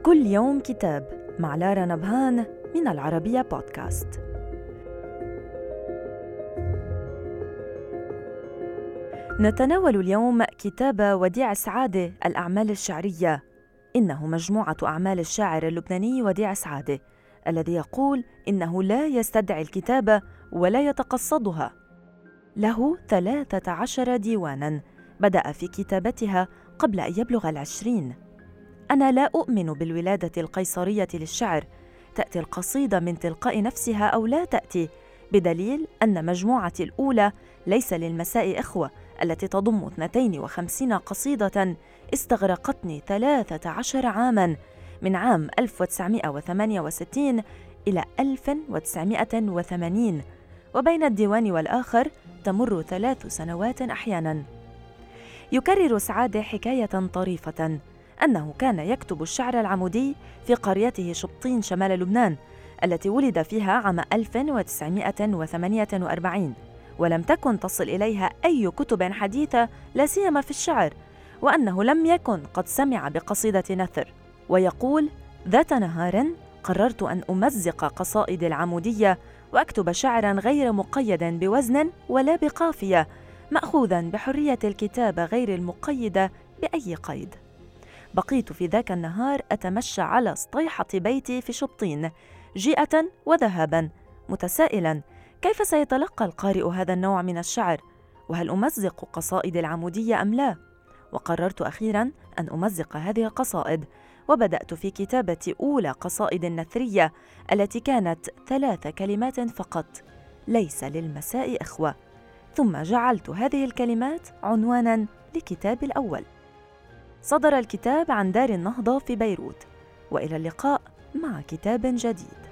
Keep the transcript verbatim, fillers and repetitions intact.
كل يوم كتاب مع لارا نبهان من العربية بودكاست. نتناول اليوم كتاب وديع سعادة الأعمال الشعرية. إنه مجموعة أعمال الشاعر اللبناني وديع سعادة الذي يقول إنه لا يستدعي الكتابة ولا يتقصدها. له ثلاثة عشر ديواناً بدأ في كتابتها قبل أن يبلغ العشرين. أنا لا أؤمن بالولادة القيصرية للشعر، تأتي القصيدة من تلقاء نفسها أو لا تأتي، بدليل أن مجموعتي الأولى ليس للمساء إخوة التي تضم اثنتين وخمسين قصيدة استغرقتني ثلاثة عشر عاماً، من عام ألف وتسعمائة وثمانية وستين إلى ألف وتسعمائة وثمانين، وبين الديوان والآخر تمر ثلاث سنوات أحياناً. يكرر سعادة حكاية طريفة، أنه كان يكتب الشعر العمودي في قريته شبطين شمال لبنان التي ولد فيها عام ألف وتسعمائة وثمانية وأربعين، ولم تكن تصل إليها أي كتب حديثة لا سيما في الشعر، وأنه لم يكن قد سمع بقصيدة نثر. ويقول: ذات نهار قررت أن أمزق قصائد العمودية وأكتب شعراً غير مقيد بوزن ولا بقافية، مأخوذاً بحرية الكتابة غير المقيدة بأي قيد. بقيت في ذاك النهار أتمشى على سطيحة بيتي في شبطين جيئة وذهابا، متسائلا كيف سيتلقى القارئ هذا النوع من الشعر، وهل أمزق قصائد العمودية أم لا؟ وقررت أخيرا أن أمزق هذه القصائد، وبدأت في كتابة أولى قصائد النثرية التي كانت ثلاث كلمات فقط: ليس للمساء إخوة. ثم جعلت هذه الكلمات عنوانا لكتابي الأول. صدر الكتاب عن دار النهضة في بيروت، وإلى اللقاء مع كتاب جديد.